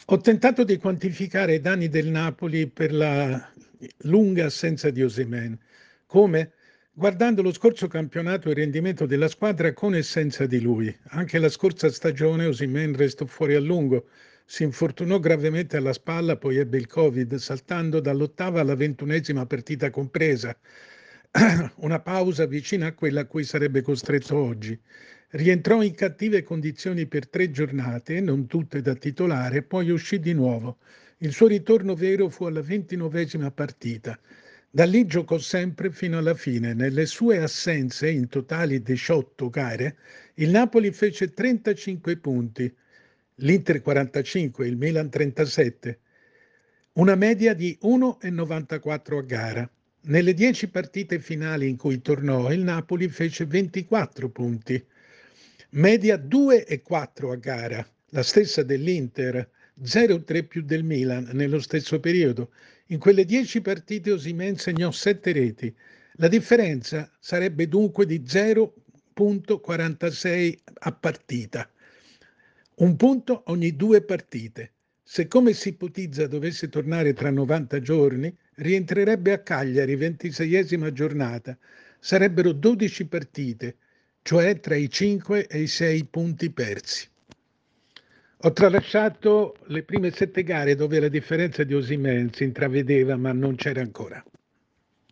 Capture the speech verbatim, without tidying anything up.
Ho tentato di quantificare i danni del Napoli per la lunga assenza di Osimhen. Come? Guardando lo scorso campionato e il rendimento della squadra con e senza di lui. Anche la scorsa stagione Osimhen restò fuori a lungo. Si infortunò gravemente alla spalla, poi ebbe il Covid, saltando dall'ottava alla ventunesima partita compresa. Una pausa vicina a quella a cui sarebbe costretto oggi. Rientrò in cattive condizioni per tre giornate, non tutte da titolare, poi uscì di nuovo. Il suo ritorno vero fu alla ventinovesima partita. Da lì giocò sempre fino alla fine. Nelle sue assenze, in totali diciotto gare, il Napoli fece trentacinque punti, l'Inter quarantacinque, il Milan trentasette, una media di uno virgola novantaquattro a gara. Nelle dieci partite finali in cui tornò, il Napoli fece ventiquattro punti, media due virgola quattro a gara, la stessa dell'Inter, zero virgola tre più del Milan nello stesso periodo. In quelle dieci partite Osimhen segnò sette reti. La differenza sarebbe dunque di zero virgola quarantasei a partita, un punto ogni due partite. Se, come si ipotizza, dovesse tornare tra novanta giorni, rientrerebbe a Cagliari, ventiseiesima giornata. Sarebbero dodici partite, cioè tra i cinque e i sei punti persi. Ho tralasciato le prime sette gare dove la differenza di Osimhen si intravedeva, ma non c'era ancora.